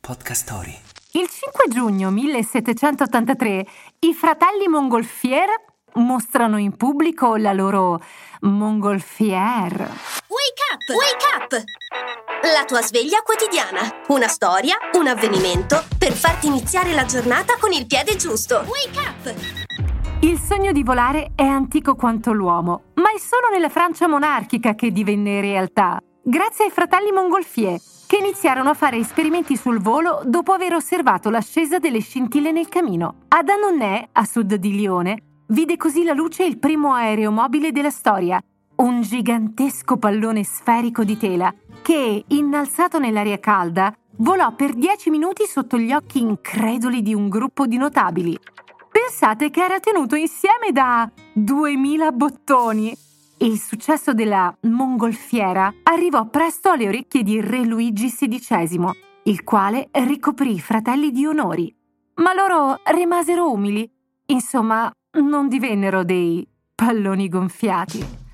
Podcast Story. Il 5 giugno 1783 i fratelli Montgolfier mostrano in pubblico la loro Montgolfière. Wake up! Wake up! La tua sveglia quotidiana. Una storia, un avvenimento per farti iniziare la giornata con il piede giusto. Wake up! Il sogno di volare è antico quanto l'uomo, ma è solo nella Francia monarchica che divenne realtà, grazie ai fratelli Montgolfier, che iniziarono a fare esperimenti sul volo dopo aver osservato l'ascesa delle scintille nel camino. Ad Annonay, a sud di Lione, vide così la luce il primo aereo mobile della storia, un gigantesco pallone sferico di tela che, innalzato nell'aria calda, volò per 10 minuti sotto gli occhi increduli di un gruppo di notabili. Pensate che era tenuto insieme da 2000 bottoni. Il successo della Montgolfiera arrivò presto alle orecchie di Re Luigi XVI, il quale ricoprì i fratelli di onori. Ma loro rimasero umili. Insomma, non divennero dei palloni gonfiati.